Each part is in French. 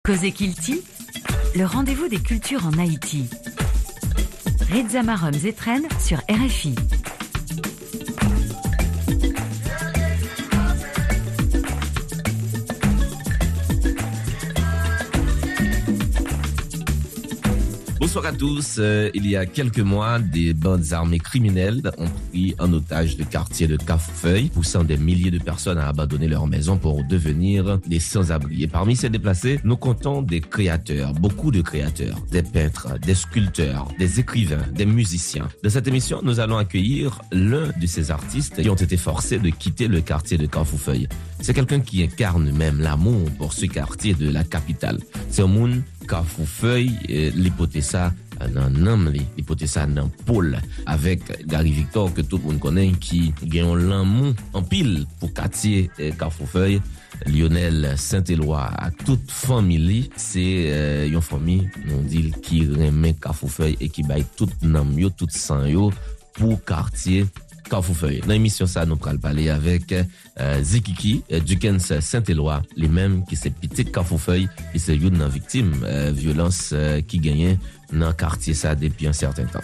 Cause Kilti, le rendez-vous des cultures en Haïti. Reza Marom Zetren sur RFI. Bonsoir à tous. Il y a quelques mois, des bandes armées criminelles ont pris en otage le quartier de Cafoufeuille, poussant des milliers de personnes à abandonner leur maison pour devenir des sans-abri. Et parmi ces déplacés, nous comptons des créateurs, beaucoup de créateurs, des peintres, des sculpteurs, des écrivains, des musiciens. Dans cette émission, nous allons accueillir l'un de ces artistes qui ont été forcés de quitter le quartier de Cafoufeuille. C'est quelqu'un qui incarne même l'amour pour ce quartier de la capitale. C'est un monde Cafoufeuille, l'hypothèse dans homme, l'hypothèse dans Paul, avec Gary Victor que tout le monde connaît, qui gagne l'amour en pile pour quartier Cafoufeuille. Lionel Saint-Éloi à toute famille, c'est une famille, on dit, qui remet Cafoufeuille et qui baille tout nam yo, tout sang yo pour quartier Cafoufeuille. Dans l'émission ça, nous allons parler avec Zikiki, Dukens Saint-Éloi, les mêmes qui c'est petit Cafoufeuille et c'est une victime violence qui gagnait dans le quartier ça depuis un certain temps.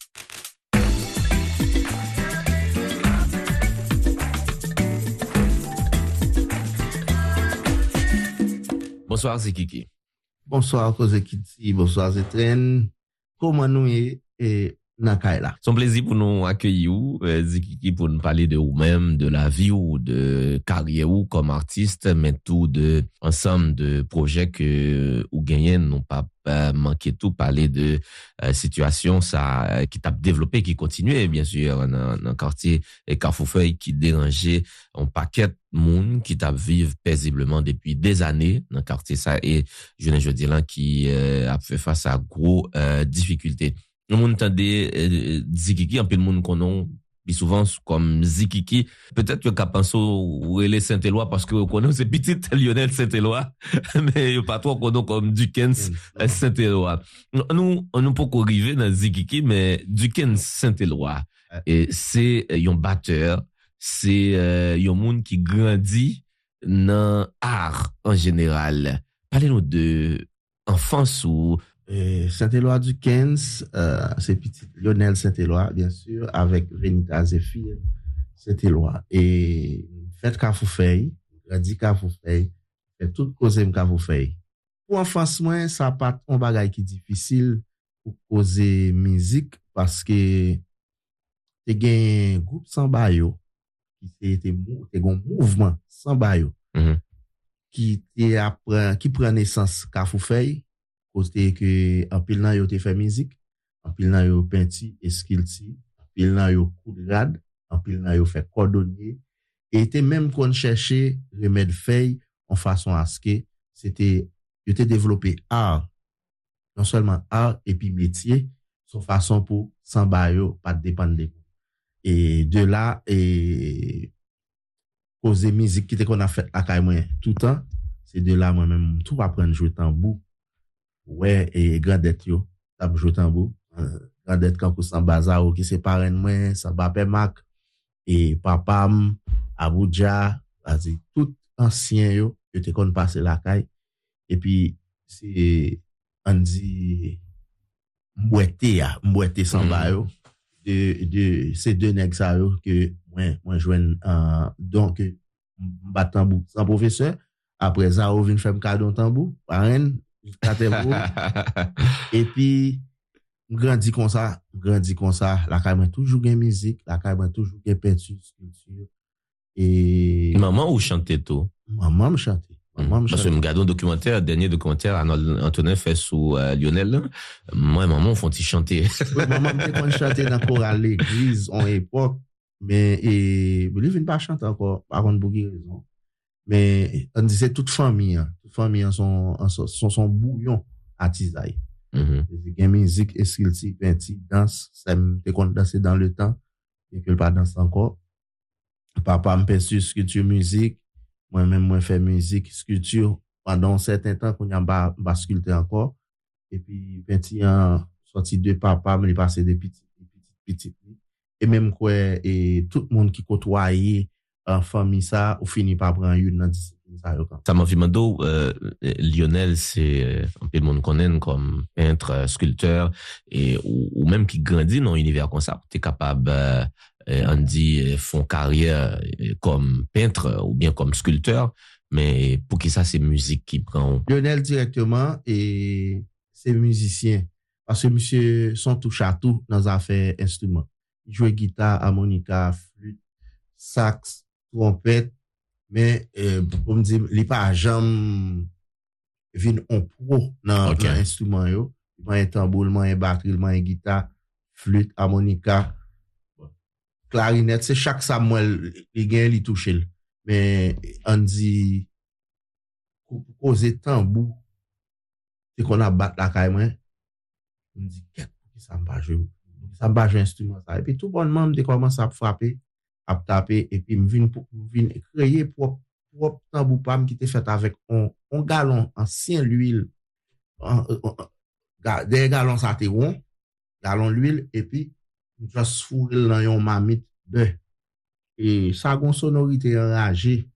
Bonsoir Zikiki. Bonsoir Cause Kilti, bonsoir Zetren. Comment nous est Nakaila. C'est un plaisir pour nous accueillir, Zikiki, pour nous parler de vous-même, de la vie ou de carrière ou comme artiste, mais tout de ensemble de projets que vous gagnez, non pas manquer tout, parler de situation ça qui t'a développé, qui continuait bien sûr dans le quartier et Cafoufeuille qui dérangeait un paquet de monde qui t'a vivre paisiblement depuis des années dans le quartier ça et je dis là qui a fait face à gros difficultés. Le monde entendait Zikiki, un peu de monde qu'on plus souvent comme Zikiki. Peut-être que Capenso ou les Saint-Éloi parce que on connaît c'est petit Lionel Saint-Éloi, mais pas trop qu'on comme Dukens Saint-Éloi. Nous on peut pas arriver dans Zikiki, mais Dukens Saint-Éloi et c'est un batteur, c'est un monde qui grandit dans art en général. Parlez-nous de enfance ou Saint-Éloi Dukens, c'est petit Lionel Saint-Éloi, bien sûr, avec Venita Zéphir Saint-Éloi. Et fait Cafoufeuille, grandi Cafoufeuille, fait tout cause Cafoufeuille. Pour enfance, moi, ça pas un bagage qui est difficile pour causer musique parce que t'es un groupe sans bayo, qui était un mouvement sans bayo, qui prend naissance Cafoufeuille. Côté que en pile nan yo te fait musique, en pile nan yo peinti et skilti, en pile nan yo coudrade, en pile nan yo fait cordonnier et était même qu'on cherchait remède feuille en façon à ce que c'était yo te développé art, non seulement art et puis métier, son façon pour sans bayo pas dépendre de et de là et causer musique qui était qu'on a fait à Caïmoyen tout le temps, c'est de là moi-même tout apprendre jouer tambour. Ouais, et Grandet yo, t'as joué tambour. Grandet Kankou Sambaza qui c'est parrain moi, Samba Mac et papam Abuja, vas-y tout ancien yo, te kon passer la caille et puis c'est on dit Mbouette Samba yo de ces deux nèg ça yo que moi joine donc m'bat tambour sans professeur après ça on vient faire cadeau tambour parrain et puis grandi comme ça la caille toujours gain musique la caille toujours gain peinture sculpture et maman ou chantait tout maman me chantait parce que me regarde un documentaire dernier documentaire Arnold Antonin fait sous Lionel moi maman font-ils chanter maman me chanter dans chorale l'église en époque mais et me vient pas chanter encore par contre pour raison. Mais on disait toute famille son bouillon à tisaille. C'est musique, esquilti, peinti, danse, ça me fait danser dans le temps et que pas danse encore. Papa me fait sur sculpture musique, moi-même moi fait musique, sculpture pendant un certain temps qu'on a pas sculpté encore et puis peinti en sorti de papa me passé des petits et même quoi et tout le monde qui côtoyait en famille ça ou fini par prendre une dans discipline Ça m'a fait mando, Lionel, c'est un peu le monde connaît comme peintre, sculpteur, et ou même qui grandit dans un univers comme ça. T'es capable, on dit, font carrière comme peintre ou bien comme sculpteur, mais pour qui ça, c'est musique qui prend. Lionel directement, et c'est musicien. Parce que monsieur son touche à tout dans les affaires instruments. Il joue guitare, harmonica, flûte, sax, trompette, mais pour me dire, il n'est pas jamais venu en pro dans l'instrument. Il m'a un tambour, il m'a un batterie, il m'a un guitare, flûte, harmonica, clarinette. C'est chaque Samuel, il touche. Mais on dit, pour poser tambour, c'est qu'on a battu la caille, moi. On me dit, qu'est-ce que ça me va jouer instrument ça. Et puis tout bonnement, me commence à frapper, à taper, et puis me vient créer propre tambour pam qui était fait avec un gallon ancien l'huile, des gallons ça te rond, gallon l'huile, et puis on juste fourrer dans une marmite de, et ça a une sonorité enragée,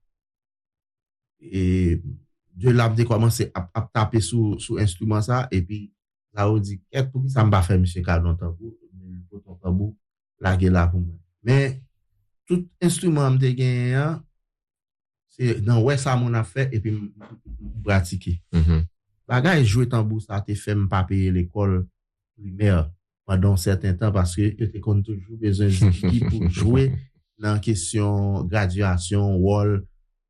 et de là, de commencer à taper sous instrument ça, et puis ça a dit, qu'est-ce que ça me va faire, monsieur Cadon tambour, la là pour moi. Mais, tout instrument me gagné, c'est dans ouais ça mon affaire, et puis pratiquer. Bagay jouer tambour, ça te fait pas payer l'école primaire pendant un certain temps, parce que tu as toujours besoin de pour jouer dans question graduation, wall,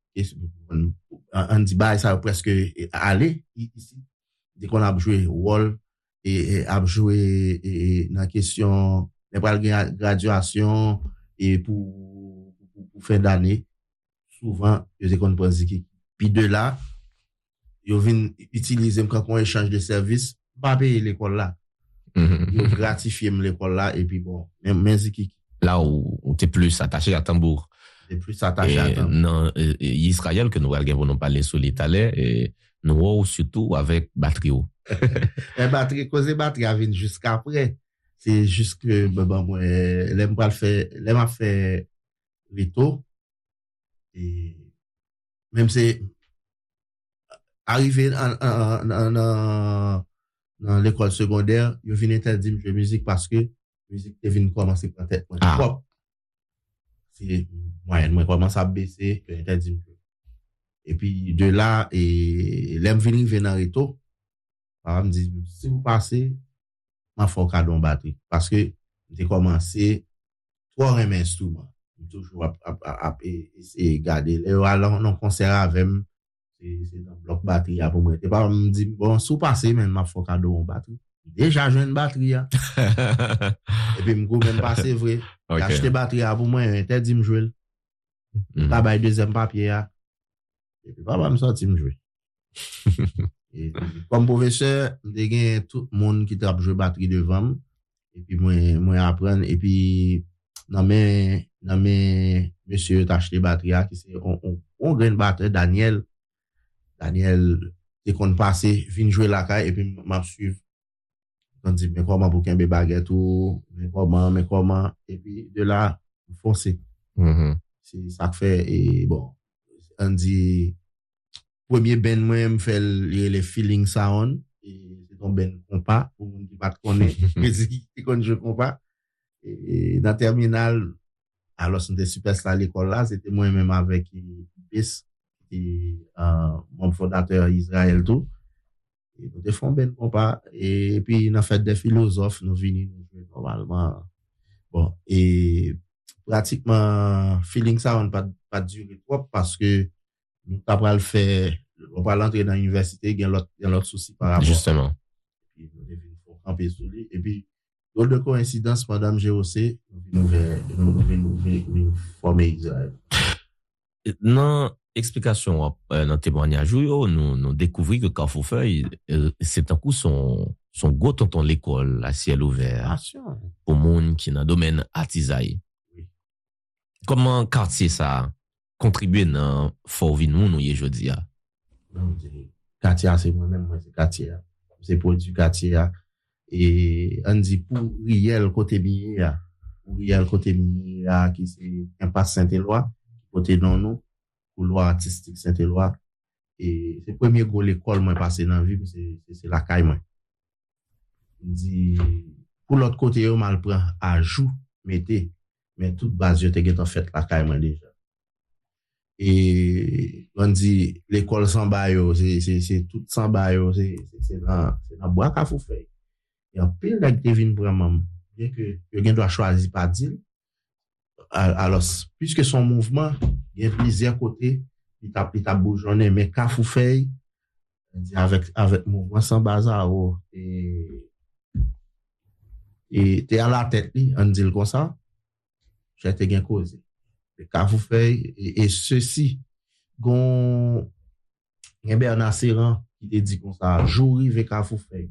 on dit, bah, ça va presque aller ici. Dès qu'on a joué wall, et a joué dans question de graduation et pour fin d'année, souvent, ils ont posé qui. Puis de là, ils viennent utiliser quand on échange de services, pas payer l'école là. Ils gratifier l'école là, et puis bon, même qui. Là où tu es plus attaché à tambour. Tu es plus attaché à tambour. Non, Israël, que nous allons parler sur l'Italien, et nous surtout avec batterie. La batterie, cause batterie a venu jusqu'après. C'est juste que, moi, l'aime pas le faire, l'aime a fait rito. Et même c'est arrivé dans l'école secondaire, il vient interdire de jouer musique parce que musique est venue commencer par tête. C'est, moi, commence à baisser, il interdit de jouer. Et puis, de là, et l'aime venir dans rito. Alors, me dit, si vous passez, ma faut cadeau batterie. Parce que j'ai commencé, trois instruments. Toujours à essayer de garder. Et alors, on concert avec moi, c'est dans le bloc batterie. Pour moi, et pas me dit, bon, si vous passez, même ma faut cadeau batterie. Déjà, j'ai une batterie. Et puis, je même passer, vrai. J'ai acheté batterie pour moi, interdit de me jouer. Là, deuxième papier. Et puis, papa me sorti me jouer. Et comme professeur, j'ai tout le monde qui trappe jouer batterie devant. Et puis, moi, apprendre. Et puis, dans mes monsieur t'as acheté batterie, qui c'est, on gagne batteur, Daniel, c'est qu'on passe, vient jouer la caille, et puis, m'a suivre. On dit, mais comment pour qu'un bébé baguette ou, mais comment, et puis, de là, foncer. C'est ça que fait, et bon, on dit, premier ben moi me fait les feeling sound, et c'est ton ben compas pour monde qui pas connaît musique qui connaît je compas, et dans terminal alors c'était super ça à l'école là, c'était moi même avec Bis et mon fondateur Israël tout, et nous défend ben compas, et puis on a fait des philosophes, nous venons normalement bon, et pratiquement feeling sound pas duré trop parce que nous pas le faire, on va l'entrer dans l'université, il y a l'autre souci par rapport. Justement. Et puis, nous camper sur lui. Et puis, drôle de coïncidence, Madame GOC, nous former Israël. Dans explication, dans témoignage, nous découvrons que Carrefourfeuille, c'est un coup son gros tonton l'école à ciel ouvert. Pour monde qui est dans le domaine artisanal. Oui. Comment quartier ça contribuer dans Fort Vinou, nous y jeudi à? Quartier, c'est moi-même, c'est quartier. C'est produit quartier. Et on dit pour Riel côté Minier, qui c'est impasse Saint-Éloi, côté non nous, couloir artistique Saint-Éloi. Et c'est premier gros l'école moi passé dans la vie, c'est la caille moi. Dit pour l'autre côté on mal prend à jour mettez mais toute base je t'ai en fait la caille moi déjà. Et on dit l'école sans bail c'est tout sans bail c'est dans bois qu'a faut faire. Et en pile nèg te vinn pour maman bien que yo doit choisir pas dire alors puisque son mouvement il y a plusieurs côtés il t'a bourgeonné mais qu'a faut faire avec mouvement sans bazar et t'es à la tête on dit comme ça j'ai te gain cause le Carrefour Feuille et ceci gon Bernard Serran qui te dit comme ça jour rive Carrefour Feuille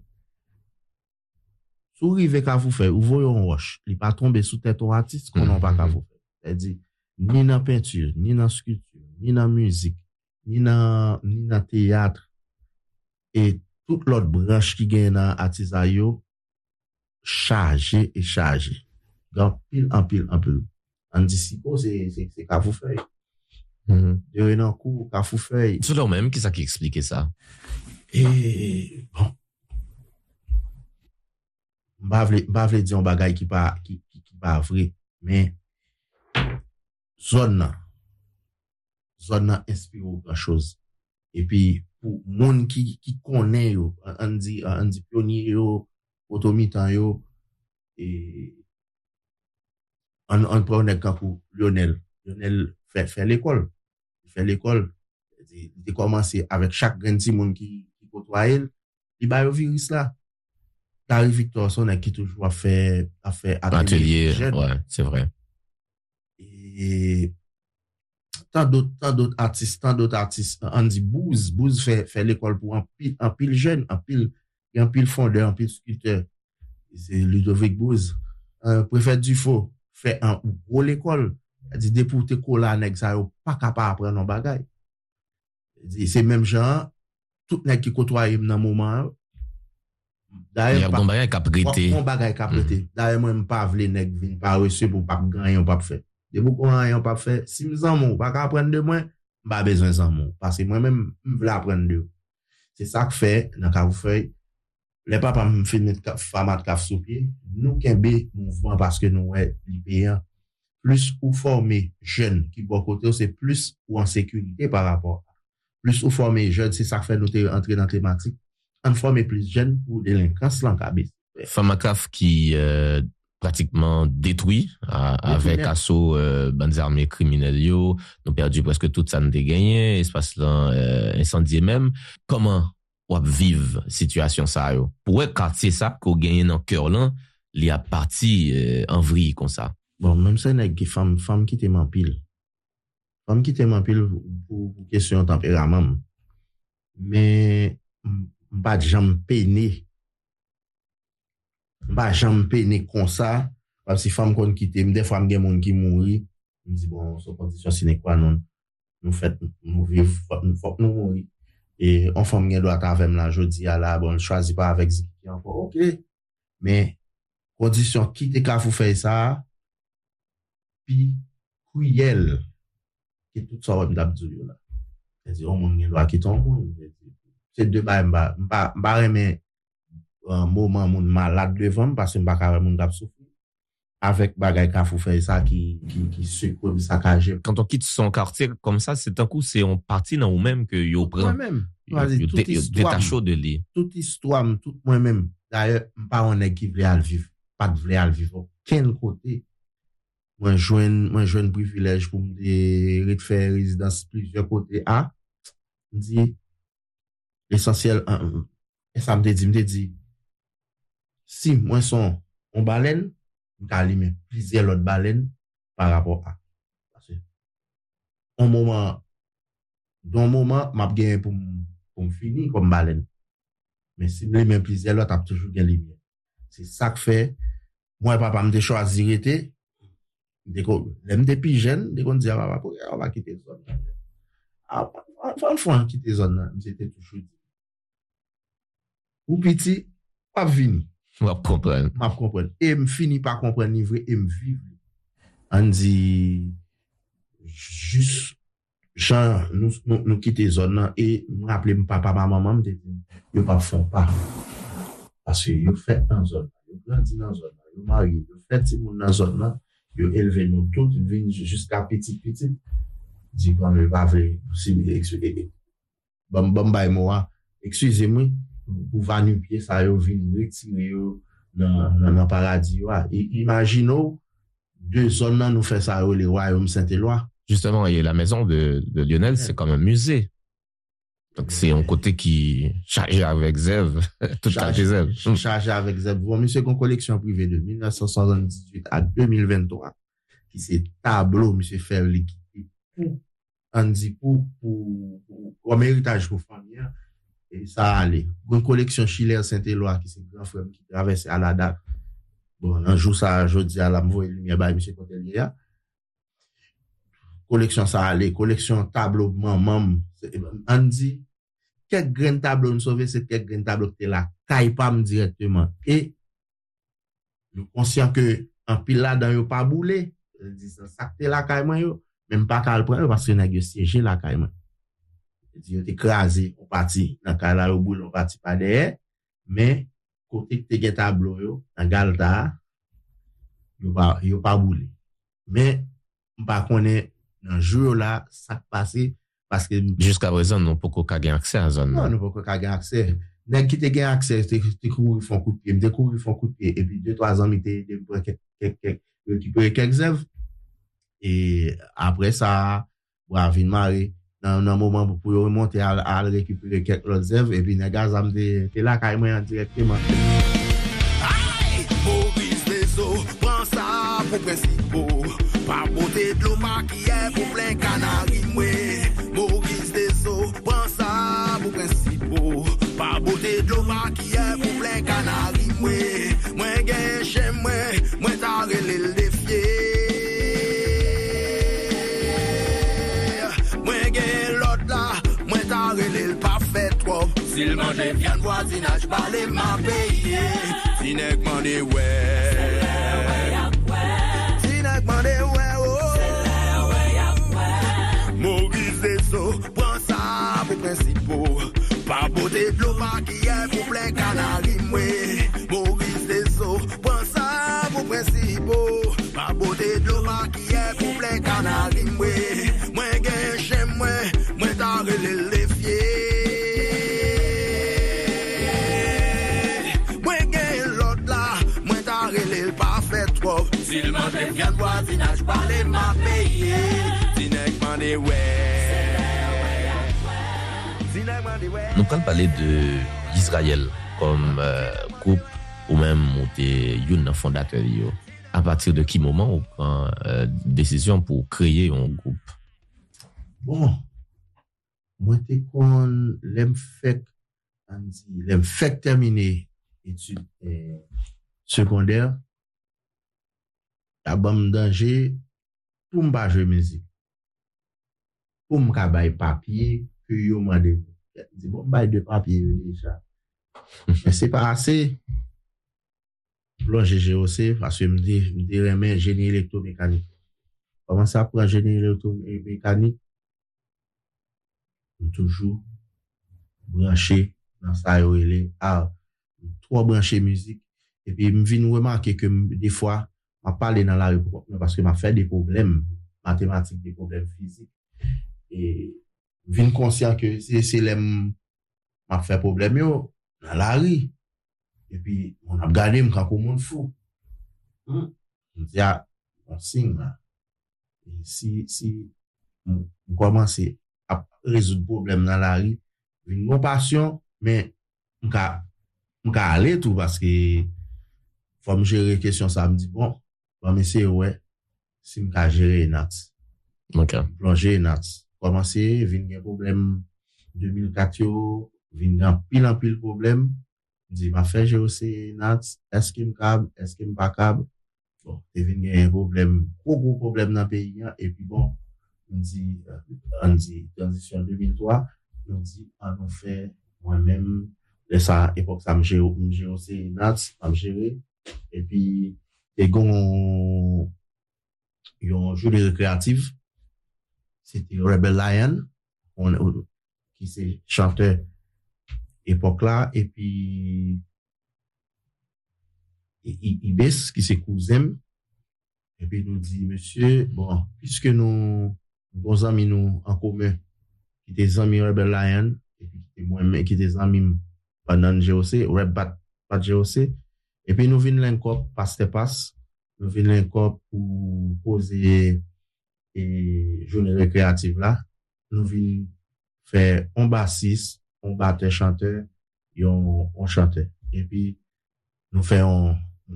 sous rive Carrefour Feuille ou voyons roche il pas tomber sous tête au artiste qu'on n'a pas Carrefour Feuille c'est-à-dire ni dans peinture ni dans sculpture ni dans musique ni dans théâtre et toute l'autre branche qui gagne dans artisanat yo chargé donc en pile on dit si c'est Carrefour Feuille de Renancourt Carrefour Feuille c'est leur même qui expliquait ça et bon m'bavle dire un bagage qui pas vrai mais zone inspire grand chose et puis pour monde qui connaît yo on dit pionnier yo automitan yo et on prend un cas pour Lionel fait l'école il commencé avec chaque grand petit monde qui côtoie il ba yo virus là Gary Victorson qui toujours a fait atelier ouais c'est vrai et tant d'autres artistes Andy Booz fait l'école pour un pile jeune un pile fondeur un pile sculpteur c'est Ludovic Booz préfet Dufaux fait un gros l'école dit déporter cola nèg ça yo pas capable apprendre un bagage c'est même genre tout nèg qui côtoie dans moment d'ailleurs bon bagage qu'a prêté d'ailleurs moi pas vle nèg vinn pas reçu pour pas gagner pas faire de beaucoup rien pas fait si m'en pas apprendre de moi pas besoin d'en parce que moi même vle apprendre de c'est ça que fait dans Carrefour Feuille les papa me fait mettre format caf sous pied nous kembe mouvement parce que nous est payant plus ou former jeunes qui bon côté c'est plus ou en sécurité par rapport plus ou former jeunes c'est ça que fait nous entrer dans thématique en former plus jeunes pour délinquance l'encabé Famacaf qui pratiquement détruit avec assaut bandes armées criminelles yo nous perdu presque toute ça nous gagné espace là incendié même comment ou vivre situation ça yo pour quartier ça qu'on gagne dans cœur là il y a parti en vrille comme ça bon même ça nèg femme qui t'aime en pile pour question tempérament mais pas jamais peiner comme ça parce que femme qu'on quitte des fois il y a monde qui mourir me dit bon son condition sine qua non nous vivre faut nous mourir et on femme doit avec la jodi à la bon choisit pas avec qui encore OK mais condition quitter Carrefour faire ça puis cruel qui tout ça on d'abdou là c'est-à-dire on monde doit quitter on monde c'est deux ba remet un moment moun malade devant parce que m'pa ka moun t'a souffrir avec bagay Carrefour faire ça qui secoue saccagé quand on quitte son quartier comme ça c'est un coup c'est on parti dans ou même que yo prend même détaché de lui toute histoire tout moi même d'ailleurs m'pa on est qui veut vivre pas de veut vivre quel côté moi joindre privilège pour me faire résidence plusieurs côtés a dit l'essentiel et ça me dit si moi son on baleine m'alimer plusieurs autres baleines par rapport à parce que un moment m'a gagné pour me finir comme baleine mais si me même plusieurs autres a toujours gagné lumière c'est ça que fait moi papa me choisir était depuis jeune dès qu'on dit papa on va quitter zone faut quitter zone j'étais toujours ou petit pas venir m'a comprendre et me fini par comprendre vrai et me vivre on dit juste Jean, nous quitter zone là et me rappeler papa maman me dit yo pas font pas parce que yo fait dans zone yo grandi dans zone yo marié yo fait ti moun dans zone là yo élevé nous tout vinn jusqu'à petit dit quand me pas vrai si bon bay moi excusez-moi pour vanner pied ça yo vinn retirer yo dans paradis wa imaginez deux zones là nous fait ça les royaume Saint-Éloi. Justement, et la maison de Lionel, c'est comme un musée. Donc, c'est un côté qui chargé avec Zev, tout chargé Zev. Chargé avec Zev. Bon, monsieur, une collection privée de 1978 à 2023, qui c'est tableau, monsieur faire l'équipe comme héritage pour famille. Et ça allait. Une collection Schiller Saint-Éloi, qui c'est grand frère qui traverse à la date. Bon, un jour, ça, je dis à la mouille lumière, bah, monsieur Cotelier. Collection ça allait, collection tableau maman, on dit quelques grains tableau nous sauver c'est quelques grains tableau qui là caille pas directement et nous conscient que en pile là dans yo pas boulé, dit ça que là caille yo même pas qu'à le prendre parce que nèg siégé là caille moi. Dit yo écrasé on parti dans caille là au boule on parti pas derrière mais côté que te tableau yo dans galta yo pas boulé. Mais on pas connaît dans jour là ça passé parce que jusqu'à présent non pas qu'on gagne accès à zone non pas qu'on gagne accès nèg qui te gagne accès te courir font coup de pied me découvrir font coup de pied et puis 2-3 ans me récupérer quelques œuvres et après ça va venir marrer dans un moment pour remonter à récupérer quelques autres œuvres et puis nèg gaz me te là carrément directement Maurice Deso prend ça pour principaux pas beauté de l'eau maquillée pour plein canari moué Maurice Deso prend ça pour principaux pas beauté de l'eau maquillée pour plein canari moué moi gagne chez moi t'as le défier moi gagne l'autre là moi t'as le pas fait trop s'il mange viande voisinage pas les m'a payé si n'est demandé ouais Maurice Deso prend ça pour principaux pas beauté de l'eau maquillée pour plein canari moué Maurice Deso prend ça pour principaux pas beauté de l'eau maquillée pour plein canari moué moi gagne chez moi t'as le défier moi gagne l'autre là moi t'as le pas fait trop s'il mange viande voisinage pas les m'a payé nous allons parler de Israël comme groupe ou même un fondateur. À partir de quel moment on prend décision pour créer un groupe? Bon, moi t'es qu'on l'aime fait terminer études secondaires, d'abord danger pour me jouer musique. Pour me cabaye papier que yo m'a dit bon bail de papier déjà mais c'est pas assez plonger GOC parce que me dit remet génie électromécanique comment ça prend génie électromécanique toujours branché dans ça relé trois brancher musique et puis me vinn remarquer que des fois m'a parlé dans la rue parce que m'a fait des problèmes mathématiques des problèmes physiques et vinn conscient que c'est l'aime m'a fait problème yo dans la rue et puis on a regardé me comme monde fou on dit on signe là et si on commence à résoudre problème dans la rue une bonne passion mais on aller tout parce que faut me gérer question ça me dit bon mais c'est ouais si me gérer nat OK plonger nat commencer vinn un problème 2004 yo vinn en pile problème dit m'a fait GOC nat est-ce qu'il me câble est-ce qu'il me pas câble bon et vinn un problème gros problème dans pays et puis bon on dit transition 2003 on dit on fait moi-même et ça époque ça me GOC nat me gérer et puis et gon yon jeu de récréatif c'était Rebel Lion, qui c'est chanteur époque là, et puis Ibis, qui c'est cousin, et puis nous dit, monsieur, bon, puisque nous, bons amis nous en commun, qui étaient amis Rebel Lion, et puis moi-même, qui étaient amis pendant GOC, Reb pas GOC, et puis nous venons l'encop, passe, nous venons l'encop pour poser et journée récréative là, nous venons faire un bassiste, un batteur chanteur, et un chanteur. Et puis, nous faisons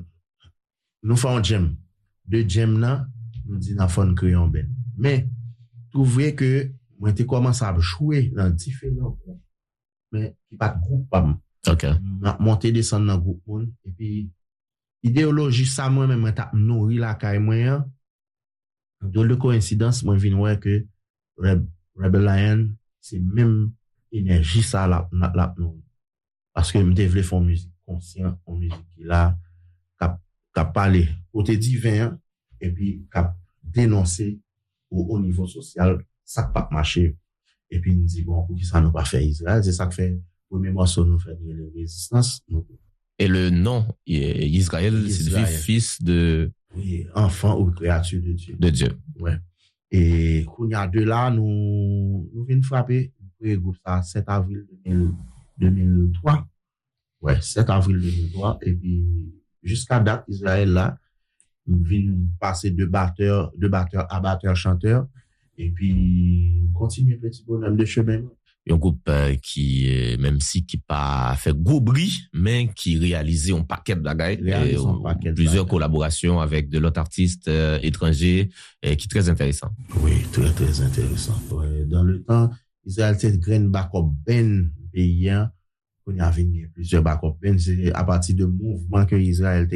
jam. De jam là, nous disons dans fond crayon ben. Mais, trouvez que, moi, j'ai commencé à jouer dans différents groupes. Mais, qui pas de groupe, pas. OK. Monter, descendre dans le groupe, et puis, idéologie, ça, moi-même, j'ai nourri la caille, moi, de coïncidence, moi, je viens que Rebel Lion, c'est même énergie, ça, là, parce que je voulais faire musique consciente, une musique qui là, qui a parlé côté divin, et puis qui a dénoncé au niveau social, ça n'a pas marché. Et puis, il me dit, bon, pour qui ça n'a pas fait Israël, c'est ça que fait, premier morceau, nous fait de résistance. Et le nom, Israël, c'est fils de... Oui, enfant ou créature de Dieu. De Dieu. Ouais. Et quand il y a de là, nous venons frapper le groupe ça 7 avril 2003. Ouais, 7 avril 2003. Et puis, jusqu'à date, Israël là, nous venons passer de batteur à batteur-chanteur. Et puis, continuer petit bonhomme de chemin. Un groupe qui, même si qui pas fait gros bruit, mais qui réalisait un paquet de bagailles, plusieurs collaborations avec de l'autre artistes étrangers, qui est très intéressant. Oui, très, très intéressant. Ouais. Dans le temps, Israël, c'est grain backup ben payant. On y avait plusieurs backup ben. C'est à partir de mouvements que Israël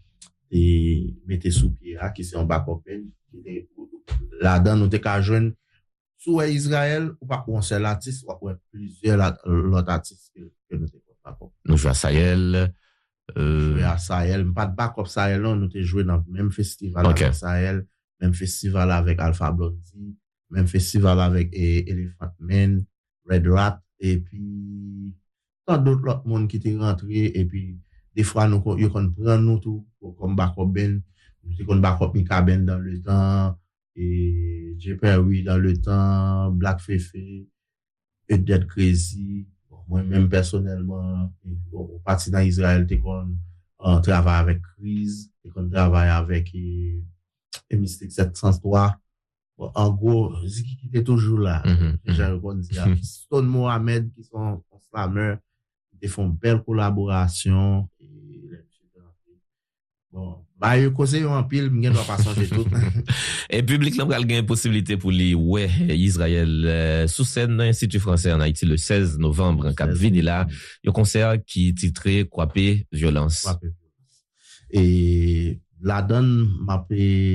mettait sous pied, qui c'est un backup ben. Là-dedans, nous t'es qu'à joindre sous Israël, ou pas un seul artiste, ou plusieurs autres artistes que nous t'es Nous jouons à Sahel. Jouer à Sahel. Pas de backup Sahel, non. Nous t'es joué dans le même festival avec Sahel, même festival avec Alpha Blondy, même festival avec Elephant Man, Red Rat, et puis tant d'autres monde qui étaient rentrés, et puis des fois, nous prend nous tout, comme backup Ben, nous comme backup Mika Ben dans le temps, et J.P.R.W. dans le temps, Black Fefe, et Dead Crazy. Bon, moi-même, personnellement, au parti dans Israël, on travaille avec Chris, on travaille avec Mystique 703. Bon, en gros, Ziki qui était toujours là. J'ai répondu à Stone Mohamed, qui sont slameurs, ils font une belle collaboration. Bon, bah, yo cause en pile, m'en doit pas changer tout. Et public là pral gen possibilité pour li ouais Israël sous scène dans l'Institut français en Haïti le 16 novembre en Cap Vini là, un concert qui titré Kwape violence. Et la donne m'a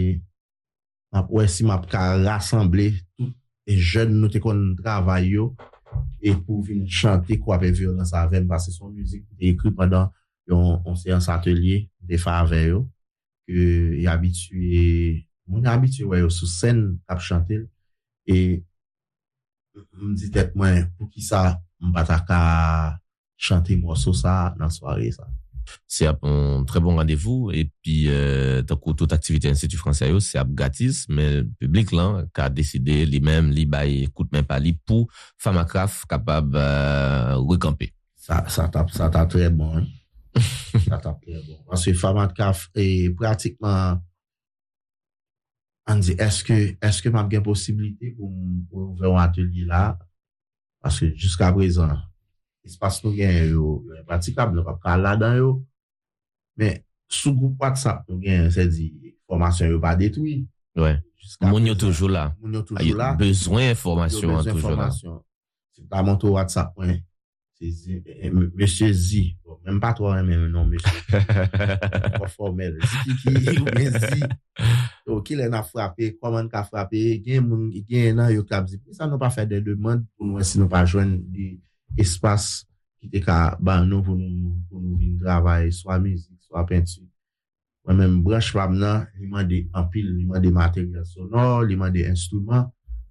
si m'a rassembler tous les jeunes nous te kon travail yo et pour venir chanter Kwape violence avec parce que son musique écrit pendant on séance atelier des faveurs que y habitué ouais sous scène à chanter et me dit tête moi pour qui ça m'pa ta chanter morceau ça dans soirée ça. C'est un très bon rendez-vous et puis toute activité Institut français c'est gratis mais le public là qui a décidé lui-même li bail écoute même pas li pour Famacraft capable recamper. Ça t'a très bon. Hein? Ça t'a très bon. Parce que Famacraft est pratiquement on dit est-ce que m'a bien possibilité pour ouvrir un atelier là parce que jusqu'à présent espace nous gain yo praticable pas là dedans yo mais sous groupe WhatsApp nous gain c'est dit formation yo pas détruit ouais mon yo toujours là besoin d'information toujours là c'est pas mon WhatsApp ouais c'est monsieur Z même pas toi même non monsieur pas formel qui qui l'a frappé comment qu'a frappé gain nan yo cap dit ça nous pas faire des demandes pour nous si nous pas joindre espace qui était qu'à nous pour nous venir travailler soit musique soit peinture moi même branche pas maintenant il m'a des en pile il m'a des matériels sonores il m'a des instruments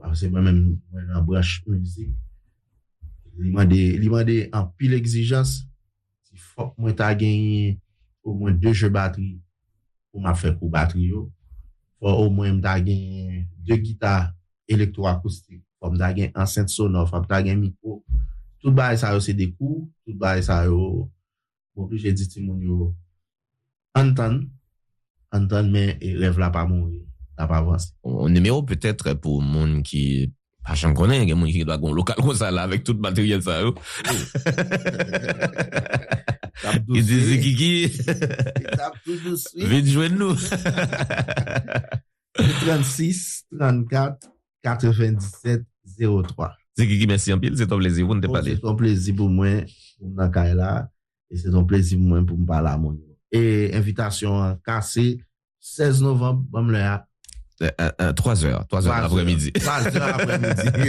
c'est moi-même en branche musique. Il m'a demandé en pile exigence. Il faut que moi t'as gagné au moins 2 jeux batterie pour m'a faire pour batterie yo. Faut au moins t'as gagné 2 guitares électroacoustiques, faut m'ta gagné enceinte sonore, faut m'ta gagné micro. Tout bail ça c'est des coûts, tout bail ça yo obligé dit ti moun yo entendre mais rêve là pas mourir, là pas avancer. Un numéro peut-être pour monde qui pas j'en connais, il y a monde qui doit gon local comme ça là avec tout le matériel ça yo. Il dit Kiki. Vite joindre nous. 36 34 97 03. C'est Kiki, merci en pile, c'est ton plaisir pour nous parler. C'est ton plaisir pour moi pour m'en là et c'est ton plaisir pour moi pour me parler à mon. Et invitation cassée 16 novembre, bam là. 3h l'après-midi. 3h l'après-midi.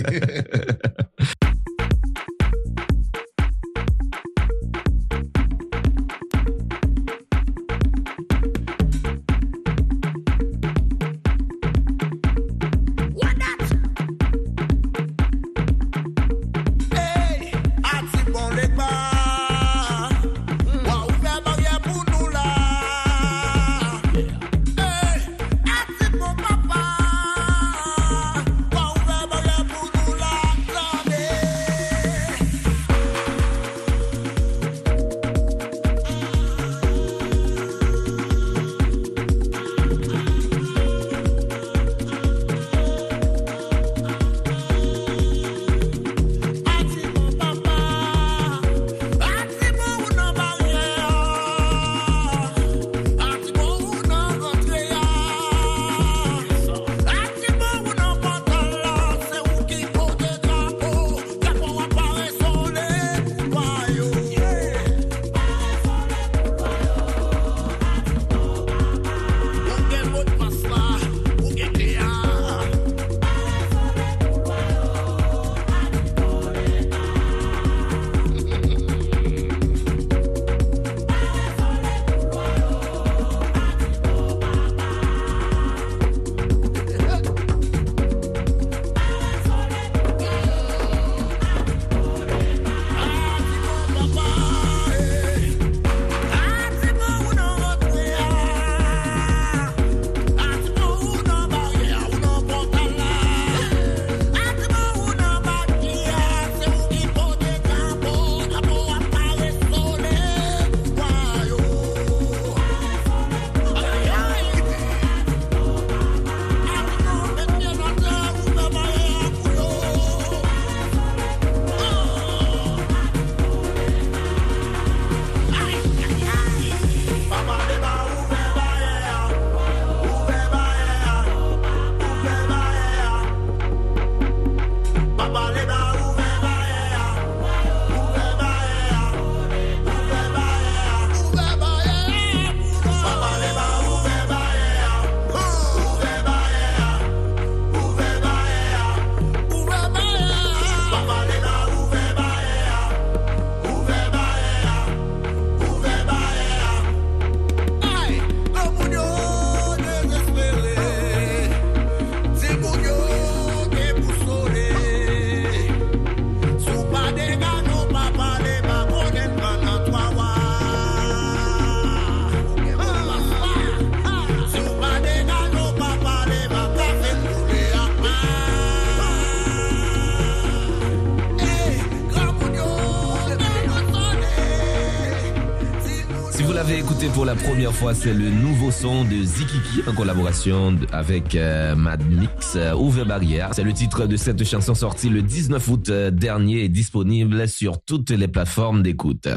Écoutez pour la première fois, c'est le nouveau son de Zikiki en collaboration avec Mad Mix, Ouvert Barrière. C'est le titre de cette chanson sortie le 19 août dernier et disponible sur toutes les plateformes d'écoute.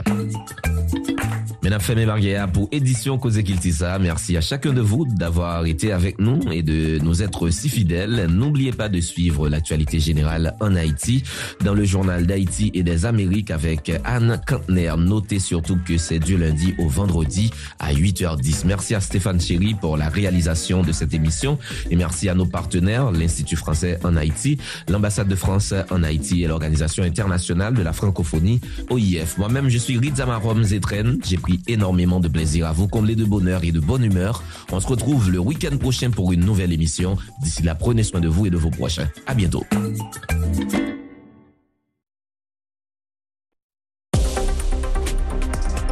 Mesdames, Femmes et Barrières pour édition Cause Kiltissa. Merci à chacun de vous d'avoir été avec nous et de nous être si fidèles. N'oubliez pas de suivre l'actualité générale en Haïti dans le journal d'Haïti et des Amériques avec Anne Kantner. Notez surtout que c'est du lundi au au vendredi à 8h10. Merci à Stéphane Chéry pour la réalisation de cette émission et merci à nos partenaires, l'Institut français en Haïti, l'ambassade de France en Haïti et l'Organisation internationale de la francophonie, OIF. Moi-même, je suis Rizamarom Zetren. J'ai pris énormément de plaisir à vous combler de bonheur et de bonne humeur. On se retrouve le week-end prochain pour une nouvelle émission. D'ici là, prenez soin de vous et de vos prochains. À bientôt.